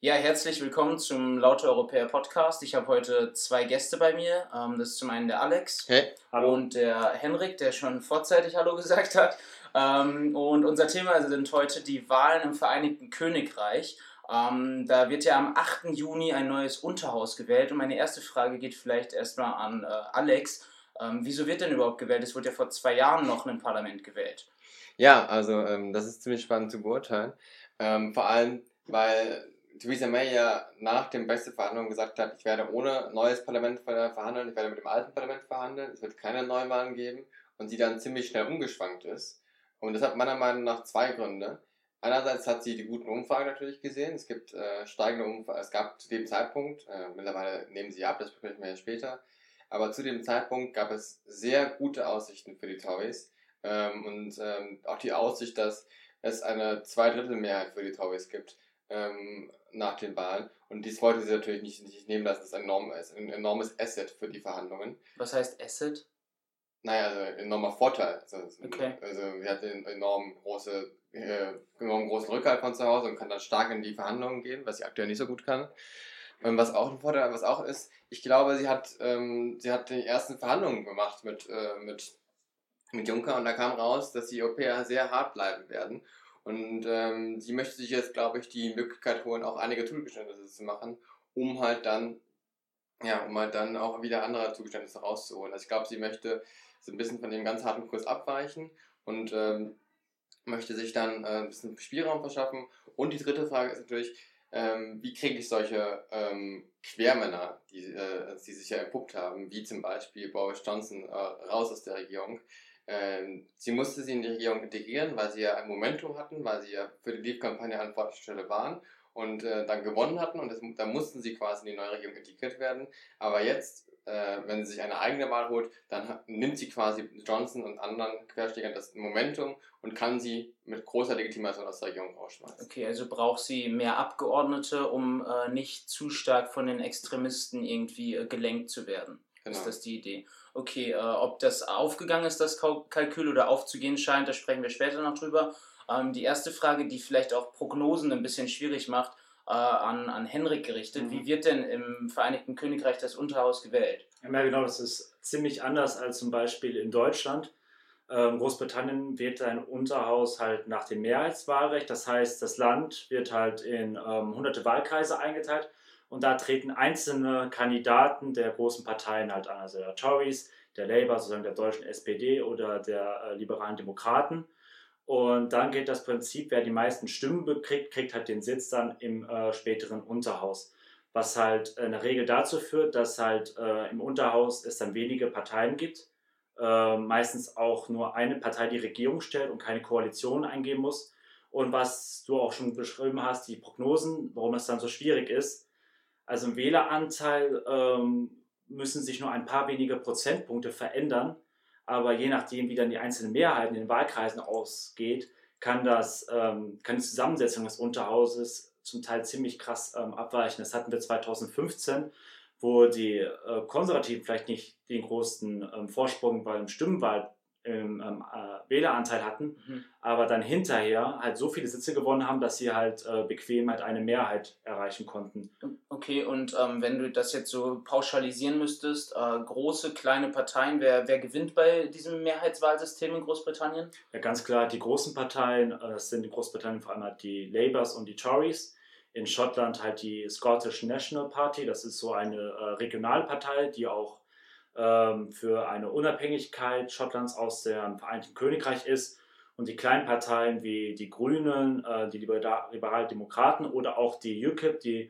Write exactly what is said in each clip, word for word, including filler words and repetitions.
Ja, herzlich willkommen zum Laute Europäer Podcast. Ich habe heute zwei Gäste bei mir. Ähm, das ist zum einen der Alex Hey. Hallo. Und der Henrik, der schon vorzeitig Hallo gesagt hat. Ähm, und unser Thema sind heute die Wahlen im Vereinigten Königreich. Ähm, da wird ja am achten Juni ein neues Unterhaus gewählt. Und meine erste Frage geht vielleicht erstmal an äh, Alex. Ähm, wieso wird denn überhaupt gewählt? Es wurde ja vor zwei Jahren noch ein Parlament gewählt. Ja, also ähm, das ist ziemlich spannend zu beurteilen. Ähm, vor allem, weil Theresa May ja nach den Brexit-Verhandlungen gesagt hat, ich werde ohne neues Parlament verhandeln, ich werde mit dem alten Parlament verhandeln, es wird keine Neuwahlen geben und sie dann ziemlich schnell umgeschwankt ist. Und das hat meiner Meinung nach zwei Gründe. Einerseits hat sie die guten Umfragen natürlich gesehen, es gibt äh, steigende Umfragen, es gab zu dem Zeitpunkt, äh, mittlerweile nehmen sie ab, das besprechen wir ja später, aber zu dem Zeitpunkt gab es sehr gute Aussichten für die Tories. Ähm, und ähm, auch die Aussicht, dass es eine Zweidrittelmehrheit für die Tories gibt ähm, nach den Wahlen. Und dies wollte sie natürlich nicht, nicht nehmen lassen. Das ist ein, enorm, ist ein enormes Asset für die Verhandlungen. Was heißt Asset? Naja, also ein enormer Vorteil. Also, Okay. also sie hat einen enorm, große, äh, enorm großen Rückhalt von zu Hause und kann dann stark in die Verhandlungen gehen, was sie aktuell nicht so gut kann. Ähm, was auch ein Vorteil, was auch ist, ich glaube, sie hat, ähm, sie hat die ersten Verhandlungen gemacht mit, äh, mit mit Juncker und da kam raus, dass die Europäer sehr hart bleiben werden und ähm, sie möchte sich jetzt, glaube ich, die Möglichkeit holen, auch einige Zugeständnisse zu machen, um halt dann, ja, um halt dann auch wieder andere Zugeständnisse rauszuholen. Also ich glaube, sie möchte so ein bisschen von dem ganz harten Kurs abweichen und ähm, möchte sich dann äh, ein bisschen Spielraum verschaffen. Und die dritte Frage ist natürlich, ähm, wie kriege ich solche ähm, Quermänner, die, äh, die sich ja entpuppt haben, wie zum Beispiel Boris Johnson, äh, raus aus der Regierung. Ähm, sie musste sie in die Regierung integrieren, weil sie ja ein Momentum hatten, weil sie ja für die Leave-Kampagne an vorderster Stelle waren und äh, dann gewonnen hatten und das, da mussten sie quasi in die neue Regierung integriert werden. Aber jetzt, äh, wenn sie sich eine eigene Wahl holt, dann hat, nimmt sie quasi Johnson und anderen Querschlägern das Momentum und kann sie mit großer Legitimation aus der Regierung rausschmeißen. Okay, also braucht sie mehr Abgeordnete, um äh, nicht zu stark von den Extremisten irgendwie äh, gelenkt zu werden. Genau. Ist das die Idee? Okay, äh, ob das aufgegangen ist, das Kalkül, oder aufzugehen scheint, da sprechen wir später noch drüber. Ähm, die erste Frage, die vielleicht auch Prognosen ein bisschen schwierig macht, äh, an, an Henrik gerichtet. Mhm. Wie wird denn im Vereinigten Königreich das Unterhaus gewählt? Ja, genau, das ist ziemlich anders als zum Beispiel in Deutschland. Ähm, Großbritannien wählt ein Unterhaus halt nach dem Mehrheitswahlrecht. Das heißt, das Land wird halt in ähm, hunderte Wahlkreise eingeteilt und da treten einzelne Kandidaten der großen Parteien halt an, also der Tories, der Labour, sozusagen der deutschen S P D oder der äh, liberalen Demokraten. Und dann gilt das Prinzip, wer die meisten Stimmen bekriegt, kriegt halt den Sitz dann im äh, späteren Unterhaus. Was halt in der Regel dazu führt, dass halt äh, im Unterhaus es dann wenige Parteien gibt. Äh, meistens auch nur eine Partei die Regierung stellt und keine Koalition eingehen muss. Und was du auch schon beschrieben hast, die Prognosen, warum es dann so schwierig ist. Also im Wähleranteil ähm, müssen sich nur ein paar wenige Prozentpunkte verändern. Aber je nachdem, wie dann die einzelnen Mehrheiten in den Wahlkreisen ausgeht, kann, das, ähm, kann die Zusammensetzung des Unterhauses zum Teil ziemlich krass ähm, abweichen. Das hatten wir zweitausendfünfzehn, wo die äh, Konservativen vielleicht nicht den großen ähm, Vorsprung beim Stimmenwahl im ähm, äh, Wähleranteil hatten, mhm. aber dann hinterher halt so viele Sitze gewonnen haben, dass sie halt äh, bequem halt eine Mehrheit erreichen konnten. Okay, und ähm, wenn du das jetzt so pauschalisieren müsstest, äh, große, kleine Parteien, wer, wer gewinnt bei diesem Mehrheitswahlsystem in Großbritannien? Ja, ganz klar, die großen Parteien, äh, das sind in Großbritannien vor allem halt die Labours und die Tories. In Schottland halt die Scottish National Party, das ist so eine äh, Regionalpartei, die auch ähm, für eine Unabhängigkeit Schottlands aus dem Vereinigten Königreich ist. Und die kleinen Parteien wie die Grünen, äh, die Liberalen Demokraten oder auch die U K I P, die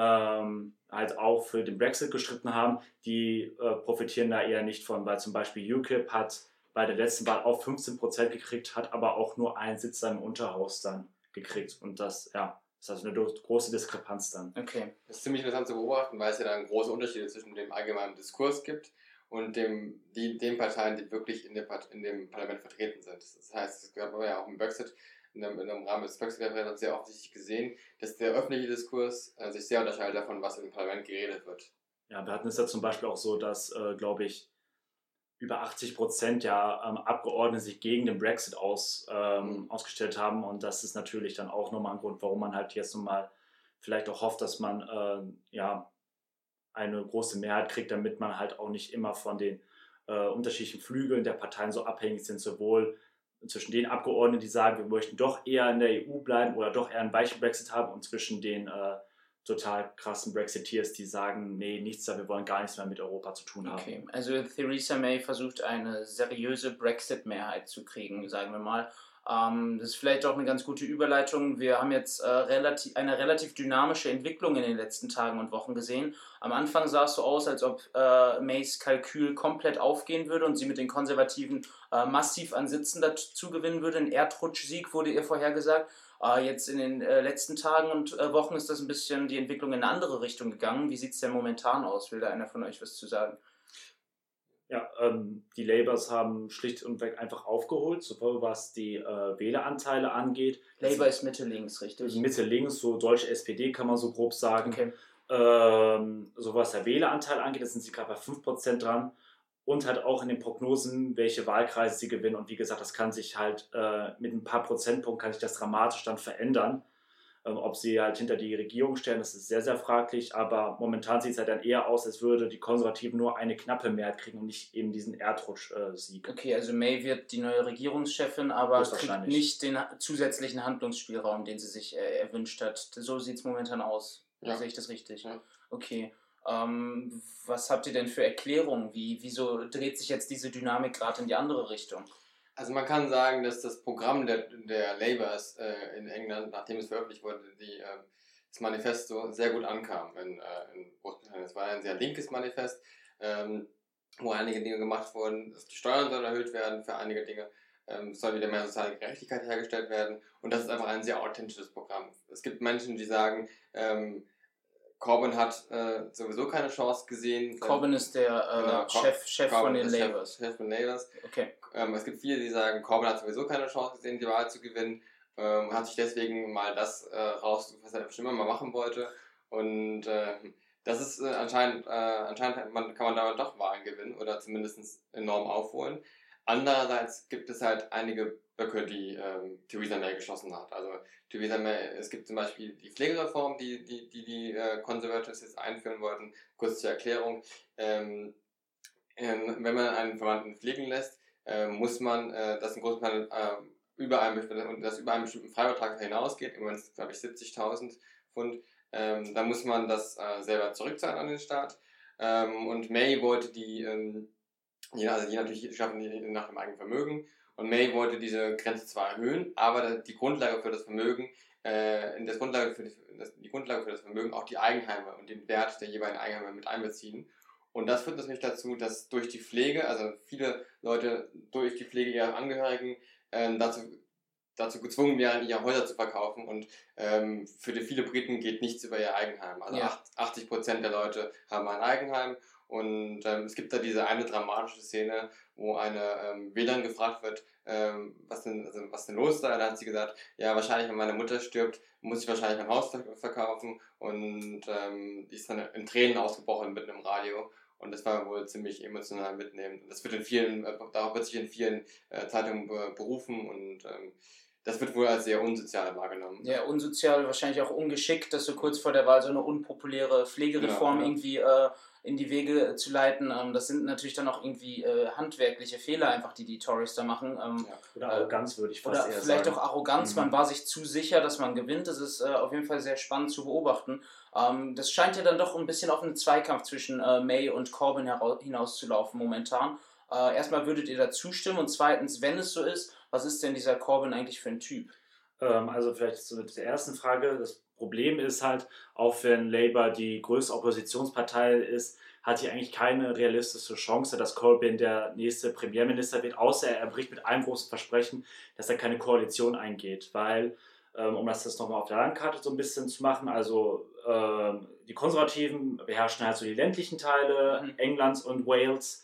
ähm, halt auch für den Brexit gestritten haben, die äh, profitieren da eher nicht von, weil zum Beispiel U K I P hat bei der letzten Wahl auch fünfzehn Prozent gekriegt, hat aber auch nur einen Sitz im Unterhaus dann gekriegt. Und das, ja, das ist also eine große Diskrepanz dann. Okay. Das ist ziemlich interessant zu beobachten, weil es ja dann große Unterschiede zwischen dem allgemeinen Diskurs gibt und dem, die, den Parteien, die wirklich in, der, in dem Parlament vertreten sind. Das heißt, es gab ja auch im Brexit, in dem, in dem Rahmen des Brexit-Referendums sehr offensichtlich gesehen, dass der öffentliche Diskurs äh, sich sehr unterscheidet davon, was im Parlament geredet wird. Ja, wir hatten es ja zum Beispiel auch so, dass, äh, glaube ich, über achtzig Prozent ja ähm, Abgeordnete sich gegen den Brexit aus, ähm, mhm. ausgestellt haben und das ist natürlich dann auch nochmal ein Grund, warum man halt jetzt nochmal vielleicht auch hofft, dass man äh, ja, eine große Mehrheit kriegt, damit man halt auch nicht immer von den äh, unterschiedlichen Flügeln der Parteien so abhängig sind, sowohl zwischen den Abgeordneten, die sagen, wir möchten doch eher in der E U bleiben oder doch eher einen weichen Brexit haben, und zwischen den äh, total krassen Brexiteers, die sagen, nee, nichts da, wir wollen gar nichts mehr mit Europa zu tun haben. Okay, also Theresa May versucht eine seriöse Brexit-Mehrheit zu kriegen, sagen wir mal. Ähm, das ist vielleicht auch eine ganz gute Überleitung. Wir haben jetzt äh, relativ, eine relativ dynamische Entwicklung in den letzten Tagen und Wochen gesehen. Am Anfang sah es so aus, als ob äh, Mays Kalkül komplett aufgehen würde und sie mit den Konservativen äh, massiv an Sitzen dazu gewinnen würde. Ein Erdrutschsieg wurde ihr vorhergesagt. Uh, jetzt in den äh, letzten Tagen und äh, Wochen ist das ein bisschen die Entwicklung in eine andere Richtung gegangen. Wie sieht es denn momentan aus? Will da einer von euch was zu sagen? Ja, ähm, die Labours haben schlicht und weg einfach aufgeholt, sowohl was die äh, Wähleranteile angeht. Labour ist Mitte-Links, richtig? Mitte-Links, so deutsche S P D kann man so grob sagen. Okay. Ähm, so was der Wähleranteil angeht, da sind sie gerade bei fünf Prozent dran. Und halt auch in den Prognosen, welche Wahlkreise sie gewinnen. Und wie gesagt, das kann sich halt äh, mit ein paar Prozentpunkten kann sich das dramatisch dann verändern. Ähm, ob sie halt hinter die Regierung stellen, das ist sehr, sehr fraglich. Aber momentan sieht es halt dann eher aus, als würde die Konservativen nur eine knappe Mehrheit kriegen und nicht eben diesen Erdrutsch-Sieg. Okay, also May wird die neue Regierungschefin, aber kriegt nicht den zusätzlichen Handlungsspielraum, den sie sich äh, erwünscht hat. So sieht es momentan aus. Ja. Sehe ich das richtig? Ja. Okay. Ähm, was habt ihr denn für Erklärungen? Wie, wieso dreht sich jetzt diese Dynamik gerade in die andere Richtung? Also man kann sagen, dass das Programm der, der Labours äh, in England, nachdem es veröffentlicht wurde, die, äh, das Manifesto sehr gut ankam in, äh, in Großbritannien. Es war ein sehr linkes Manifest, ähm, wo einige Dinge gemacht wurden. Die Steuern sollen erhöht werden für einige Dinge. Ähm, es soll wieder mehr soziale Gerechtigkeit hergestellt werden. Und das ist einfach ein sehr authentisches Programm. Es gibt Menschen, die sagen, ähm, Corbyn hat äh, sowieso keine Chance gesehen. Corbyn ist der äh, genau, Chef, Chef von den Labours. Chef, Chef von Labours. Okay. Ähm, es gibt viele, die sagen, Corbyn hat sowieso keine Chance gesehen, die Wahl zu gewinnen. Ähm, hat sich deswegen mal das äh, rausgesucht, was er bestimmt immer mal machen wollte. Und äh, das ist äh, anscheinend, äh, anscheinend man, kann man damit doch Wahlen gewinnen oder zumindest enorm aufholen. Andererseits gibt es halt einige Böcke, die ähm, Theresa May geschossen hat. Also Theresa May, es gibt zum Beispiel die Pflegereform, die die, die, die äh, Conservatives jetzt einführen wollten. Kurz zur Erklärung. Ähm, ähm, wenn man einen Verwandten pflegen lässt, äh, muss man äh, das in großen Teilen äh, über einen, und das über einen bestimmten Freibetrag hinausgeht, im Moment glaube ich siebzigtausend Pfund, ähm, dann muss man das äh, selber zurückzahlen an den Staat. Ähm, und May wollte die, ähm, ja, also die natürlich schaffen die nach dem eigenen Vermögen. Und May wollte diese Grenze zwar erhöhen, aber die Grundlage für das Vermögen, äh, das Grundlage für die, das, die Grundlage für das Vermögen auch die Eigenheime und den Wert der jeweiligen Eigenheime mit einbeziehen. Und das führt natürlich dazu, dass durch die Pflege, also viele Leute durch die Pflege ihrer Angehörigen ähm, dazu, dazu gezwungen werden, ihre Häuser zu verkaufen. Und ähm, für die viele Briten geht nichts über ihr Eigenheim. Also ja. achtzig Prozent der Leute haben ein Eigenheim. Und ähm, es gibt da diese eine dramatische Szene, wo eine ähm, Wählerin gefragt wird, ähm, was, denn, also, was denn los da? Da hat sie gesagt, ja, wahrscheinlich, wenn meine Mutter stirbt, muss ich wahrscheinlich mein Haus verkaufen. Und ähm, die ist dann in Tränen ausgebrochen mitten im Radio. Und das war wohl ziemlich emotional mitnehmend. Das wird in vielen, äh, darauf wird sich in vielen äh, Zeitungen be- berufen und ähm, das wird wohl als sehr unsozial wahrgenommen. Ja, unsozial, wahrscheinlich auch ungeschickt, dass so kurz vor der Wahl so eine unpopuläre Pflegereform genau, ja. irgendwie äh, in die Wege zu leiten. Ähm, das sind natürlich dann auch irgendwie äh, handwerkliche Fehler einfach, die die Tories da machen. Ähm, ja, oder Arroganz würde ich fast oder eher vielleicht sagen. auch Arroganz, mhm. Man war sich zu sicher, dass man gewinnt. Das ist äh, auf jeden Fall sehr spannend zu beobachten. Ähm, das scheint ja dann doch ein bisschen auf einen Zweikampf zwischen äh, May und Corbyn heraus- hinauszulaufen momentan. Äh, erstmal würdet ihr da zustimmen und zweitens, wenn es so ist, was ist denn dieser Corbyn eigentlich für ein Typ? Ähm, also vielleicht zu der ersten Frage. Das Problem ist halt, auch wenn Labour die größte Oppositionspartei ist, hat hier eigentlich keine realistische Chance, dass Corbyn der nächste Premierminister wird, außer er bricht mit einem großen Versprechen, dass er keine Koalition eingeht. Weil, ähm, um das jetzt nochmal auf der Landkarte so ein bisschen zu machen, also ähm, die Konservativen beherrschen halt so die ländlichen Teile mhm. Englands und Wales.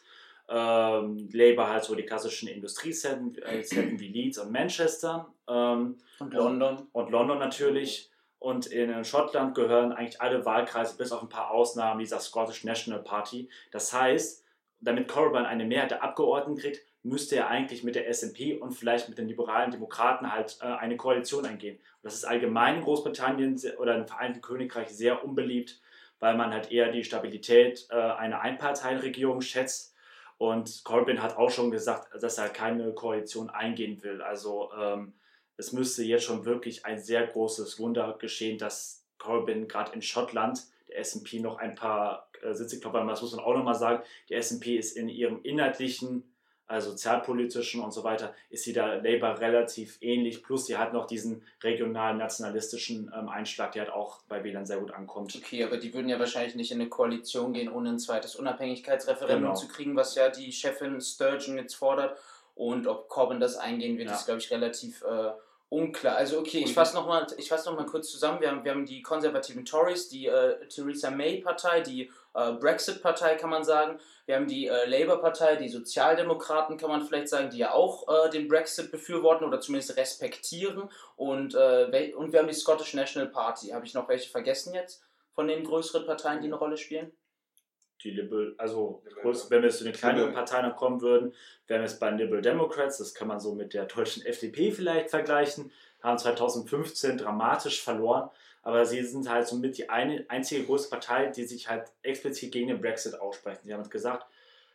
Ähm, Labour halt so die klassischen Industriezentren äh, wie Leeds und Manchester. Ähm, und London. Und, und London natürlich. Und in Schottland gehören eigentlich alle Wahlkreise, bis auf ein paar Ausnahmen, dieser Scottish National Party. Das heißt, damit Corbyn eine Mehrheit der Abgeordneten kriegt, müsste er eigentlich mit der S and P und vielleicht mit den liberalen Demokraten halt äh, eine Koalition eingehen. Und das ist allgemein in Großbritannien oder im Vereinigten Königreich sehr unbeliebt, weil man halt eher die Stabilität äh, einer Einparteienregierung schätzt. Und Corbyn hat auch schon gesagt, dass er keine Koalition eingehen will. Also ähm, es müsste jetzt schon wirklich ein sehr großes Wunder geschehen, dass Corbyn gerade in Schottland der S and P noch ein paar äh, Sitze klopft. Das muss man auch nochmal sagen. Die S and P ist in ihrem inhaltlichen, also sozialpolitischen und so weiter, ist sie da Labour relativ ähnlich. Plus sie hat noch diesen regionalen, nationalistischen ähm, Einschlag, der halt auch bei Wählern sehr gut ankommt. Okay, aber die würden ja wahrscheinlich nicht in eine Koalition gehen, ohne ein zweites Unabhängigkeitsreferendum Genau. zu kriegen, was ja die Chefin Sturgeon jetzt fordert. Und ob Corbyn das eingehen wird, Ja. ist, glaube ich, relativ äh, unklar. Also okay, ich fasse nochmal noch mal kurz zusammen. Wir haben, wir haben die konservativen Tories, die äh, Theresa May-Partei, die äh, Brexit-Partei, kann man sagen. Wir haben die äh, Labour-Partei, die Sozialdemokraten, kann man vielleicht sagen, die ja auch äh, den Brexit befürworten oder zumindest respektieren. Und, äh, und wir haben die Scottish National Party. Habe ich noch welche vergessen jetzt von den größeren Parteien, die eine Rolle spielen? Die Liberal, also kurz, wenn wir zu den kleineren Parteien noch kommen würden, wären wir jetzt bei den Liberal Democrats, das kann man so mit der deutschen F D P vielleicht vergleichen, haben zwanzig fünfzehn dramatisch verloren, aber sie sind halt somit die eine, einzige große Partei, die sich halt explizit gegen den Brexit aussprechen. Sie haben halt gesagt,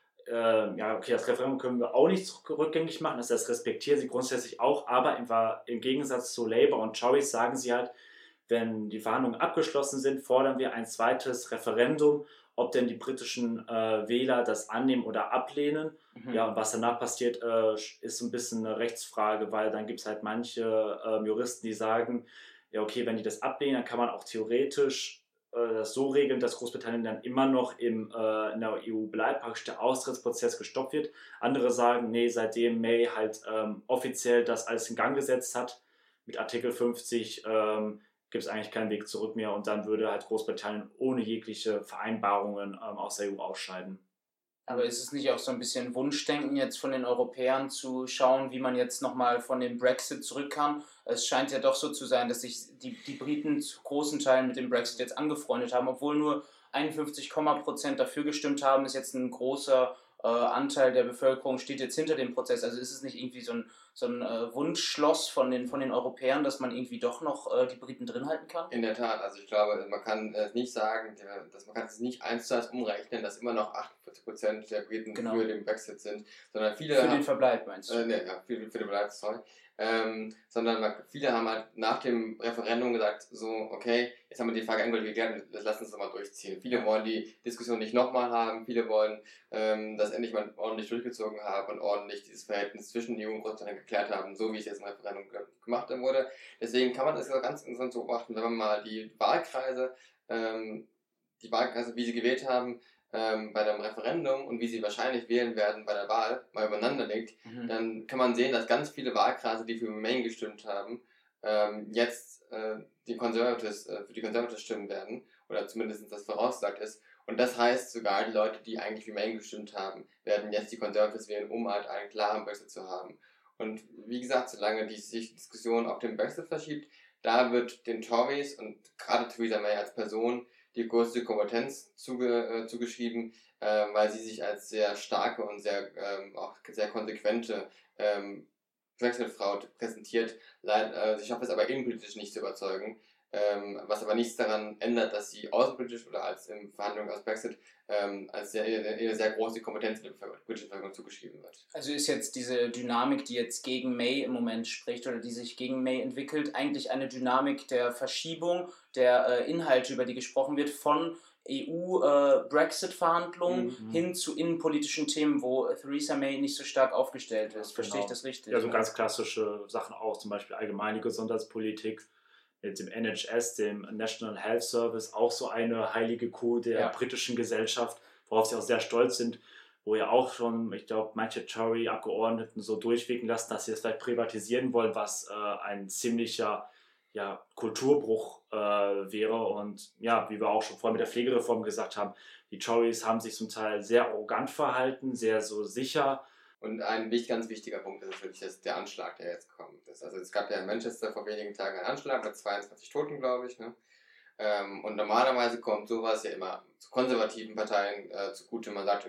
äh, ja okay, das Referendum können wir auch nicht rückgängig machen, das respektieren sie grundsätzlich auch, aber im, im Gegensatz zu Labour und Tories sagen sie halt, wenn die Verhandlungen abgeschlossen sind, fordern wir ein zweites Referendum, ob denn die britischen äh, Wähler das annehmen oder ablehnen. Mhm. Ja, und was danach passiert, äh, ist so ein bisschen eine Rechtsfrage, weil dann gibt es halt manche äh, Juristen, die sagen, ja okay, wenn die das ablehnen, dann kann man auch theoretisch äh, das so regeln, dass Großbritannien dann immer noch im, äh, in der E U bleibt, praktisch der Austrittsprozess gestoppt wird. Andere sagen, nee, seitdem May halt ähm, offiziell das alles in Gang gesetzt hat, mit Artikel fünfzig, ähm, gibt es eigentlich keinen Weg zurück mehr und dann würde halt Großbritannien ohne jegliche Vereinbarungen ähm, aus der E U ausscheiden. Aber ist es nicht auch so ein bisschen Wunschdenken jetzt von den Europäern zu schauen, wie man jetzt nochmal von dem Brexit zurück kann? Es scheint ja doch so zu sein, dass sich die, die Briten zu großen Teilen mit dem Brexit jetzt angefreundet haben, obwohl nur einundfünfzig Prozent dafür gestimmt haben, ist jetzt ein großer äh, Anteil der Bevölkerung steht jetzt hinter dem Prozess. Also ist es nicht irgendwie so ein, so ein äh, Wunschschloss von den, von den Europäern, dass man irgendwie doch noch äh, die Briten drin halten kann? In der Tat, also ich glaube, man kann äh, nicht sagen, der, dass man kann es nicht eins zu eins umrechnen, dass immer noch achtundvierzig Prozent der Briten genau. für den Brexit sind, sondern viele... Für haben, den Verbleib meinst du? Äh, ne, ja, für, für den Verbleib, sorry. Ähm, sondern man, viele haben halt nach dem Referendum gesagt, so, okay, jetzt haben wir die Frage endgültig geklärt, lass uns das mal durchziehen. Viele wollen die Diskussion nicht nochmal haben, viele wollen ähm, das endlich mal ordentlich durchgezogen haben und ordentlich dieses Verhältnis zwischen E U und Großbritannien geklärt haben, so wie es jetzt im Referendum gemacht wurde. Deswegen kann man das ganz interessant beobachten, wenn man mal die Wahlkreise, ähm, die Wahlkreise, wie sie gewählt haben, Ähm, bei dem Referendum und wie sie wahrscheinlich wählen werden bei der Wahl, mal übereinander legt, mhm. dann kann man sehen, dass ganz viele Wahlkreise, die für Remain gestimmt haben, ähm, jetzt äh, die Conservatives, äh, für die Conservatives stimmen werden, oder zumindest das voraussagt ist. Und das heißt sogar, die Leute, die eigentlich für Remain gestimmt haben, werden jetzt die Conservatives wählen, um halt einen klaren Brexit zu haben. Und wie gesagt, solange die sich Diskussion auf den Brexit verschiebt, da wird den Tories und gerade Theresa May als Person die größte Kompetenz zuge, äh, zugeschrieben, äh, weil sie sich als sehr starke und sehr ähm, auch sehr konsequente ähm, Brexit-Frau präsentiert. Leid, äh, sie schafft es aber innenpolitisch nicht zu überzeugen, ähm, was aber nichts daran ändert, dass sie außenpolitisch oder als in Verhandlungen aus Brexit ähm, als sehr, eine sehr große Kompetenz in der britischen Bevölkerung zugeschrieben wird. Also ist jetzt diese Dynamik, die jetzt gegen May im Moment spricht oder die sich gegen May entwickelt, eigentlich eine Dynamik der Verschiebung der äh, Inhalte, über die gesprochen wird, von E U-Brexit-Verhandlungen äh, mhm. hin zu innenpolitischen Themen, wo Theresa May nicht so stark aufgestellt ist. Verstehe genau. ich das richtig? Ja, so ganz klassische Sachen auch, zum Beispiel allgemeine Gesundheitspolitik mit dem N H S, dem National Health Service, auch so eine heilige Kuh der ja. britischen Gesellschaft, worauf sie auch sehr stolz sind, wo ja auch schon, ich glaube, manche Tory-Abgeordneten so durchwirken lassen, dass sie das vielleicht privatisieren wollen, was äh, ein ziemlicher ja, Kulturbruch äh, wäre. Und ja, wie wir auch schon vorhin mit der Pflegereform gesagt haben, die Tories haben sich zum Teil sehr arrogant verhalten, sehr so sicher. Und ein ganz wichtiger Punkt ist natürlich das, der Anschlag, der jetzt kommt. Das, also es gab ja in Manchester vor wenigen Tagen einen Anschlag mit zweiundzwanzig Toten, glaube ich. Ne? Ähm, und normalerweise kommt sowas ja immer zu konservativen Parteien äh, zugute. Man sagt immer,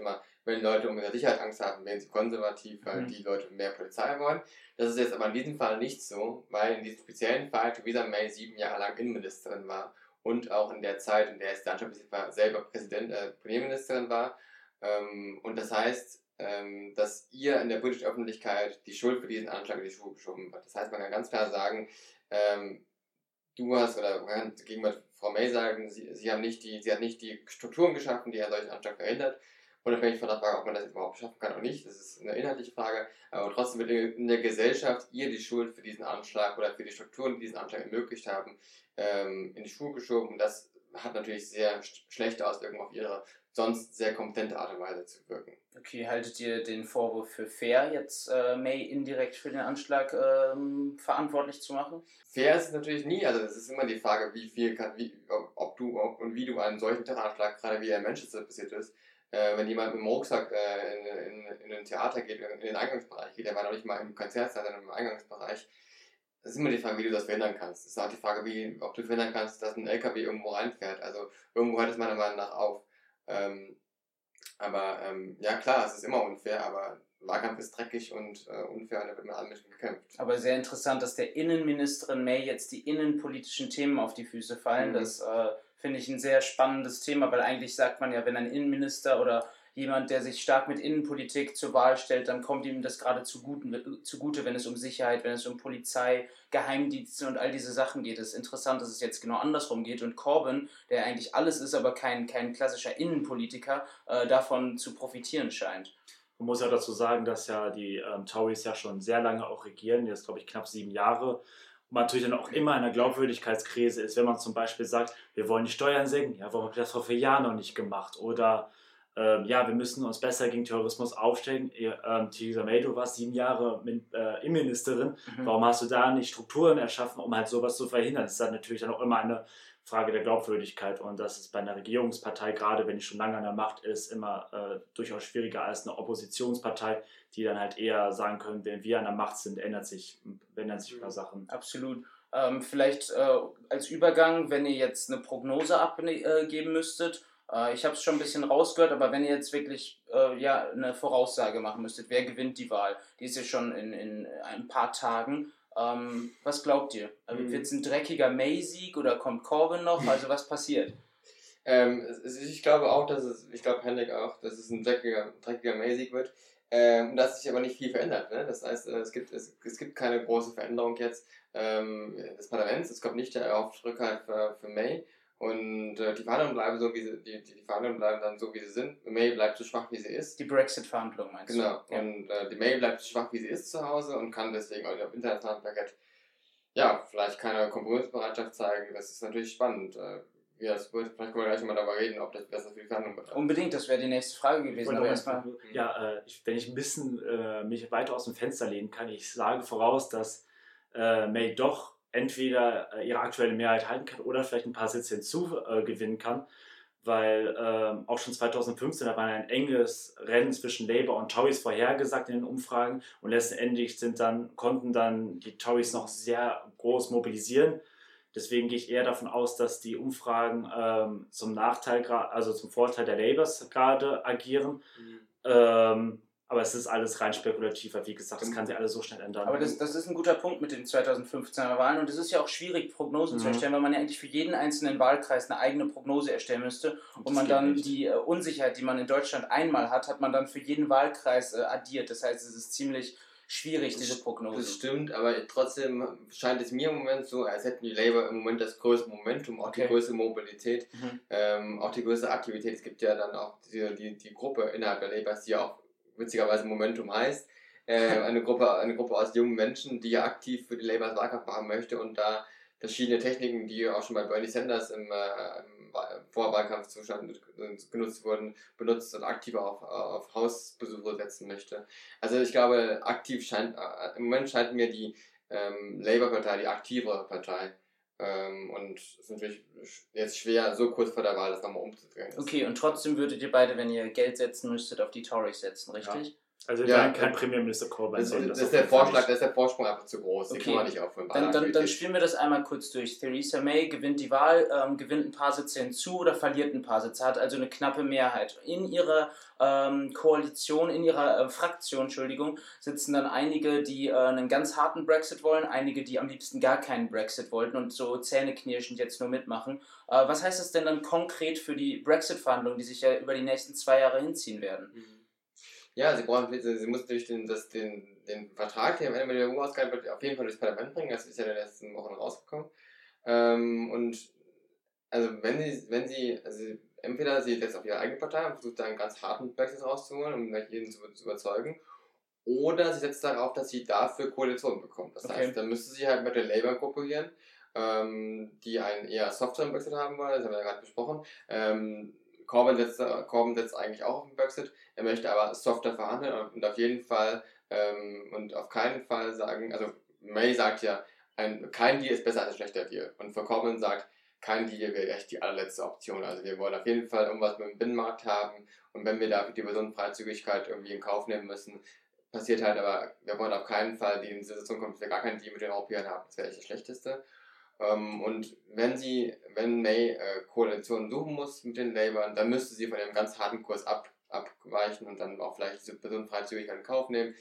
wenn Leute um ihre Sicherheit Angst haben, werden sie konservativ, weil mhm. die Leute mehr Polizei wollen. Das ist jetzt aber in diesem Fall nicht so, weil in diesem speziellen Fall Theresa May sieben Jahre lang Innenministerin war und auch in der Zeit, in der es dann schon war, selber Präsident, äh, Premierministerin war. Ähm, und das heißt, ähm, dass ihr in der britischen Öffentlichkeit die Schuld für diesen Anschlag in die Schuhe geschoben wird. Das heißt, man kann ganz klar sagen, ähm, du hast, oder man kann gegenüber Frau May sagen, sie, sie, haben nicht die, sie hat nicht die Strukturen geschaffen, die einen solchen Anschlag verhindert. Unabhängig von der Frage, ob man das jetzt überhaupt schaffen kann oder nicht, das ist eine inhaltliche Frage, aber trotzdem wird in der Gesellschaft ihr die Schuld für diesen Anschlag oder für die Strukturen, die diesen Anschlag ermöglicht haben, ähm, in die Schuhe geschoben. Und das hat natürlich sehr sch- schlechte Auswirkungen auf ihre sonst sehr kompetente Art und Weise zu wirken. Okay, haltet ihr den Vorwurf für fair, jetzt äh, May indirekt für den Anschlag ähm, verantwortlich zu machen? Fair ist es natürlich nie, also es ist immer die Frage, wie viel kann, wie, ob, ob du ob und wie du einen solchen Terroranschlag, gerade wie er in Manchester passiert ist, äh, wenn jemand mit dem Rucksack äh, in, in, in ein Theater geht, in den Eingangsbereich geht, der war noch nicht mal im Konzertsaal, sondern im Eingangsbereich. Das ist immer die Frage, wie du das verhindern kannst. Das ist auch die Frage, wie, ob du verhindern kannst, dass ein L K W irgendwo reinfährt. Also irgendwo hört es meiner Meinung nach auf. Ähm, aber ähm, ja klar, es ist immer unfair, aber Wahlkampf ist dreckig und äh, unfair und da wird mit allen Menschen gekämpft. Aber sehr interessant, dass der Innenministerin May jetzt die innenpolitischen Themen auf die Füße fallen. Mhm. Das äh, finde ich ein sehr spannendes Thema, weil eigentlich sagt man ja, wenn ein Innenminister oder jemand, der sich stark mit Innenpolitik zur Wahl stellt, dann kommt ihm das gerade zugute, zugute, wenn es um Sicherheit, wenn es um Polizei, Geheimdienste und all diese Sachen geht. Es ist interessant, dass es jetzt genau andersrum geht und Corbyn, der eigentlich alles ist, aber kein, kein klassischer Innenpolitiker, äh, davon zu profitieren scheint. Man muss ja dazu sagen, dass ja die ähm, Tories ja schon sehr lange auch regieren, jetzt glaube ich knapp sieben Jahre. Und man natürlich dann auch immer in einer Glaubwürdigkeitskrise ist, wenn man zum Beispiel sagt, wir wollen die Steuern senken, ja, warum habt ihr das vor vier Jahren noch nicht gemacht? Oder ähm, ja, wir müssen uns besser gegen Terrorismus aufstellen. Ähm, Theresa May, du warst sieben Jahre mit, äh, Innenministerin, mhm. warum hast du da nicht Strukturen erschaffen, um halt sowas zu verhindern? Das ist dann natürlich dann auch immer eine Frage der Glaubwürdigkeit und das ist bei einer Regierungspartei, gerade wenn die schon lange an der Macht ist, immer äh, durchaus schwieriger als eine Oppositionspartei, die dann halt eher sagen können, wenn wir an der Macht sind, ändert sich, ändern sich ein paar Sachen. Absolut. Ähm, vielleicht äh, als Übergang, wenn ihr jetzt eine Prognose abgeben müsstet, äh, ich habe es schon ein bisschen rausgehört, aber wenn ihr jetzt wirklich äh, ja, eine Voraussage machen müsstet, wer gewinnt die Wahl? Die ist ja schon in, in ein paar Tagen. Ähm, was glaubt ihr? Mhm. Wird es ein dreckiger May-Sieg oder kommt Corbyn noch? Also was passiert? ähm, ich glaube auch, dass es, ich glaube Henrik auch, dass es ein dreckiger, dreckiger May-Sieg wird. Ähm, dass sich aber nicht viel verändert. Ne? Das heißt, es gibt, es, es gibt keine große Veränderung jetzt ähm, des Parlaments. Es kommt nicht der erhoffte Rückhalt für, für May. Und äh, die Verhandlungen bleiben so, wie sie, die, die, die Verhandlungen bleiben dann so, wie sie sind. May bleibt so schwach, wie sie ist. Die Brexit-Verhandlungen meinst genau. du? Genau. Ja. Und äh, die May bleibt so schwach, wie sie ist zu Hause und kann deswegen auch auf internationalem Parkett ja, vielleicht keine Kompromissbereitschaft zeigen. Das ist natürlich spannend. Äh, wie das wird. Vielleicht können wir gleich mal darüber reden, ob das besser für die Verhandlungen wird. Unbedingt, das wäre die nächste Frage gewesen. Aber erstmal. Ja, äh, ich, wenn ich ein bisschen äh, mich weiter aus dem Fenster lehnen kann, ich sage voraus, dass äh, May doch entweder äh, ihre aktuelle Mehrheit halten kann oder vielleicht ein paar Sitze hinzugewinnen äh, kann, weil äh, auch schon zweitausendfünfzehn hat man ein enges Rennen zwischen Labour und Tories vorhergesagt in den Umfragen und letztendlich sind dann, konnten dann die Tories noch sehr groß mobilisieren. Deswegen gehe ich eher davon aus, dass die Umfragen ähm, zum Nachteil, also zum Vorteil der Labours gerade agieren. Mhm. Ähm, aber es ist alles rein spekulativ, wie gesagt, das kann sich alles so schnell ändern. Aber das, das ist ein guter Punkt mit den zweitausendfünfzehner Wahlen und es ist ja auch schwierig, Prognosen mhm. zu erstellen, weil man ja eigentlich für jeden einzelnen Wahlkreis eine eigene Prognose erstellen müsste und, und man dann nicht. die äh, Unsicherheit, die man in Deutschland einmal hat, hat man dann für jeden Wahlkreis äh, addiert. Das heißt, es ist ziemlich schwierig, das, diese Prognose. Das stimmt, aber trotzdem scheint es mir im Moment so, als hätten die Labour im Moment das größte Momentum, auch okay. die größte Mobilität, mhm. ähm, auch die größte Aktivität. Es gibt ja dann auch die, die, die Gruppe innerhalb der Labours, die ja auch witzigerweise Momentum heißt, äh, eine, Gruppe, eine Gruppe aus jungen Menschen, die ja aktiv für die Labours Wahlkampf machen möchte und da verschiedene Techniken, die auch schon bei Bernie Sanders im, äh, im Vorwahlkampfzustand genutzt wurden, benutzt und aktiv auf, auf Hausbesuche setzen möchte. Also ich glaube, aktiv scheint, äh, im Moment scheint mir die ähm, Labour-Partei die aktivere Partei. Ähm, und es ist natürlich jetzt schwer, so kurz vor der Wahl das nochmal umzudrehen. Okay, und trotzdem würdet ihr beide, wenn ihr Geld setzen müsstet, auf die Tories setzen, richtig? Ja. Also ja, dann kein Premierminister Corbyn. Das, das, das ist der Vorschlag, da ist der Vorsprung einfach zu groß. Okay. Den kann man nicht aufholen. Dann, dann, dann spielen wir das einmal kurz durch. Theresa May gewinnt die Wahl, ähm, gewinnt ein paar Sitze hinzu oder verliert ein paar Sitze, hat also eine knappe Mehrheit. In ihrer ähm, Koalition, in ihrer äh, Fraktion, Entschuldigung, sitzen dann einige, die äh, einen ganz harten Brexit wollen, einige, die am liebsten gar keinen Brexit wollten und so zähneknirschend jetzt nur mitmachen. Äh, was heißt das denn dann konkret für die Brexit-Verhandlungen, die sich ja über die nächsten zwei Jahre hinziehen werden? Mhm. Ja, sie brauchen, sie, sie muss durch den, das, den, den Vertrag, der am Ende mit der E U ausgehandelt wird, auf jeden Fall durchs Parlament bringen. Das ist ja in den letzten Wochen rausgekommen. Ähm, und also wenn sie, wenn sie, also entweder sie setzt auf ihre eigene Partei und versucht da einen ganz harten Brexit rauszuholen, um jeden zu, zu überzeugen, oder sie setzt darauf, dass sie dafür Koalition bekommt. Das okay. heißt, dann müsste sie halt mit der Labour kooperieren, ähm, die einen eher softeren Brexit haben wollen, das haben wir ja gerade besprochen. Ähm, Corbyn setzt, Corbyn setzt eigentlich auch auf den Brexit, er möchte aber softer verhandeln und auf jeden Fall ähm, und auf keinen Fall sagen, also May sagt ja, ein, kein Deal ist besser als ein schlechter Deal. Und für Corbyn sagt, kein Deal wäre echt die allerletzte Option. Also wir wollen auf jeden Fall irgendwas mit dem Binnenmarkt haben und wenn wir dafür die Personenfreizügigkeit irgendwie in Kauf nehmen müssen, passiert halt aber, wir wollen auf keinen Fall die in die Situation kommen, dass wir gar keinen Deal mit den Europäern haben. Das wäre echt das Schlechteste. Um, und wenn sie, wenn May äh, Koalitionen suchen muss mit den Labour, dann müsste sie von dem ganz harten Kurs ab, abweichen und dann auch vielleicht diese Personenfreizügigkeit in Kauf nehmen.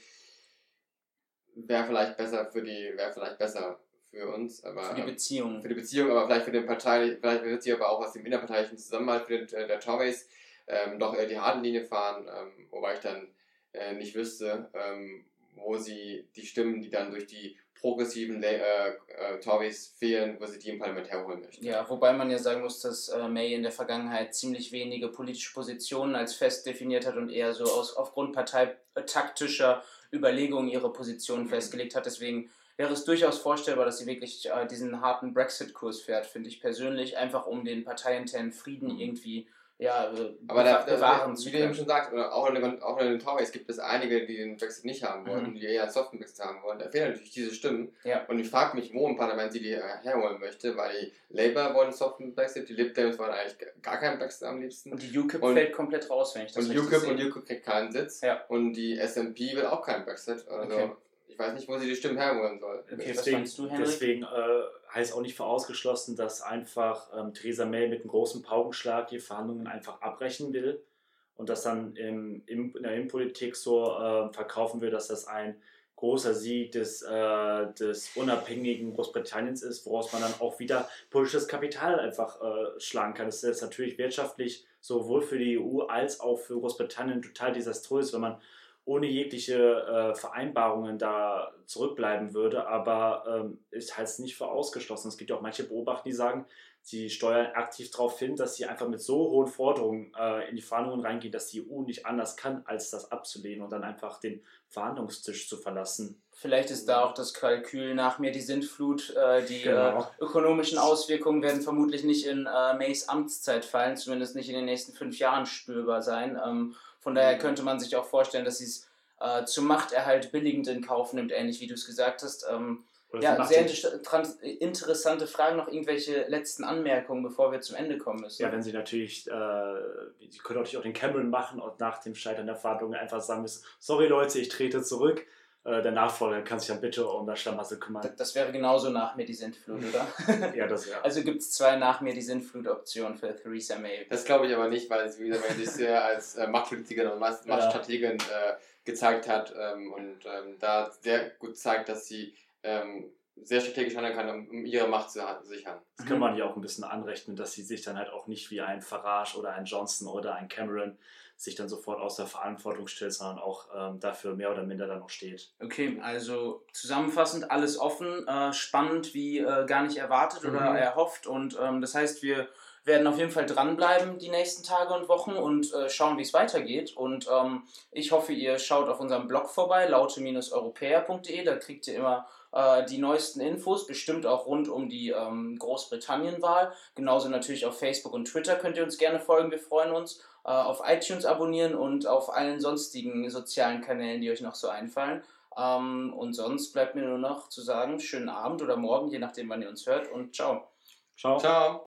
Wäre vielleicht besser für die, wäre vielleicht besser für uns, aber für die Beziehung. Für die Beziehung, aber vielleicht für den Partei, vielleicht wird sie aber auch aus dem innerparteilichen Zusammenhalt für den, äh, der Tories ähm, doch eher die harte Linie fahren, ähm, wobei ich dann äh, nicht wüsste, ähm, wo sie die Stimmen, die dann durch die progressiven äh, äh, Tories fehlen, wo sie die im Parlament herholen möchten. Ja, wobei man ja sagen muss, dass äh, May in der Vergangenheit ziemlich wenige politische Positionen als fest definiert hat und eher so aus, aufgrund parteitaktischer Überlegungen ihre Positionen mhm. festgelegt hat. Deswegen wäre es durchaus vorstellbar, dass sie wirklich äh, diesen harten Brexit-Kurs fährt, finde ich persönlich, einfach um den parteiinternen Frieden irgendwie ja, aber da, bewahren da, wie du eben schon sagst, auch in den, auch in den Tories gibt es einige, die den Brexit nicht haben wollen, mhm. die eher einen soften Brexit haben wollen. Da fehlen natürlich diese Stimmen. Ja. Und ich frage mich, wo im Parlament sie die herholen möchte, weil die Labour wollen einen soften Brexit, die Lib Dems wollen eigentlich gar keinen Brexit am liebsten. Und die U K I P und, fällt komplett raus, wenn ich das und richtig U K I P sehe. Und U K I P kriegt keinen Sitz. Ja. Und die S N P will auch keinen Brexit. Also okay. Ich weiß nicht, wo sie die Stimmen herholen soll. Okay, deswegen, was meinst du, Henrik? Deswegen äh, heißt auch nicht für ausgeschlossen, dass einfach ähm, Theresa May mit einem großen Paukenschlag die Verhandlungen einfach abbrechen will und das dann im, im, in der Innenpolitik so äh, verkaufen will, dass das ein großer Sieg des, äh, des unabhängigen Großbritanniens ist, woraus man dann auch wieder politisches Kapital einfach äh, schlagen kann. Das ist jetzt natürlich wirtschaftlich sowohl für die E U als auch für Großbritannien total desaströs, wenn man ohne jegliche äh, Vereinbarungen da zurückbleiben würde, aber ähm, ist halt nicht für ausgeschlossen. Es gibt ja auch manche Beobachter, die sagen, sie steuern aktiv darauf hin, dass sie einfach mit so hohen Forderungen äh, in die Verhandlungen reingehen, dass die E U nicht anders kann, als das abzulehnen und dann einfach den Verhandlungstisch zu verlassen. Vielleicht ist da auch das Kalkül nach mir die Sintflut, äh, die genau. äh, ökonomischen Auswirkungen werden vermutlich nicht in äh, Mays Amtszeit fallen, zumindest nicht in den nächsten fünf Jahren spürbar sein. Ähm, Von daher könnte man sich auch vorstellen, dass sie es äh, zum Machterhalt billigend in Kauf nimmt, ähnlich wie du es gesagt hast. Ähm, ja, sehr inter- interessante Fragen. Noch irgendwelche letzten Anmerkungen, bevor wir zum Ende kommen müssen? Ja, wenn sie natürlich, äh, sie können natürlich auch den Cameron machen und nach dem Scheitern der Verhandlungen einfach sagen müssen, sorry Leute, ich trete zurück. Äh, der Nachfolger kann sich dann bitte um das Schlamassel kümmern. Das, das wäre genauso nach mir die Sintflut, oder? Ja, das wäre. Also gibt es zwei nach mir die Sintflut-Optionen für Theresa May. Das glaube ich aber nicht, weil sie wieder sich sehr als äh, Machtpolitikerin und Machtstrategin äh, gezeigt hat ähm, und ähm, da sehr gut zeigt, dass sie ähm, sehr strategisch handeln kann, um, um ihre Macht zu sichern. Das kann man ja auch ein bisschen anrechnen, dass sie sich dann halt auch nicht wie ein Farage oder ein Johnson oder ein Cameron sich dann sofort aus der Verantwortung stellt, sondern auch ähm, dafür mehr oder minder dann noch steht. Okay, also zusammenfassend alles offen, äh, spannend wie äh, gar nicht erwartet mhm. oder erhofft und ähm, das heißt, wir werden auf jeden Fall dranbleiben die nächsten Tage und Wochen und äh, schauen, wie es weitergeht und ähm, ich hoffe, ihr schaut auf unserem Blog vorbei, laute europäer punkt de, da kriegt ihr immer äh, die neuesten Infos, bestimmt auch rund um die ähm, Großbritannien-Wahl, genauso natürlich auf Facebook und Twitter könnt ihr uns gerne folgen, wir freuen uns, äh, auf iTunes abonnieren und auf allen sonstigen sozialen Kanälen, die euch noch so einfallen. Ähm, und sonst bleibt mir nur noch zu sagen, schönen Abend oder morgen, je nachdem wann ihr uns hört und ciao. Ciao. Ciao.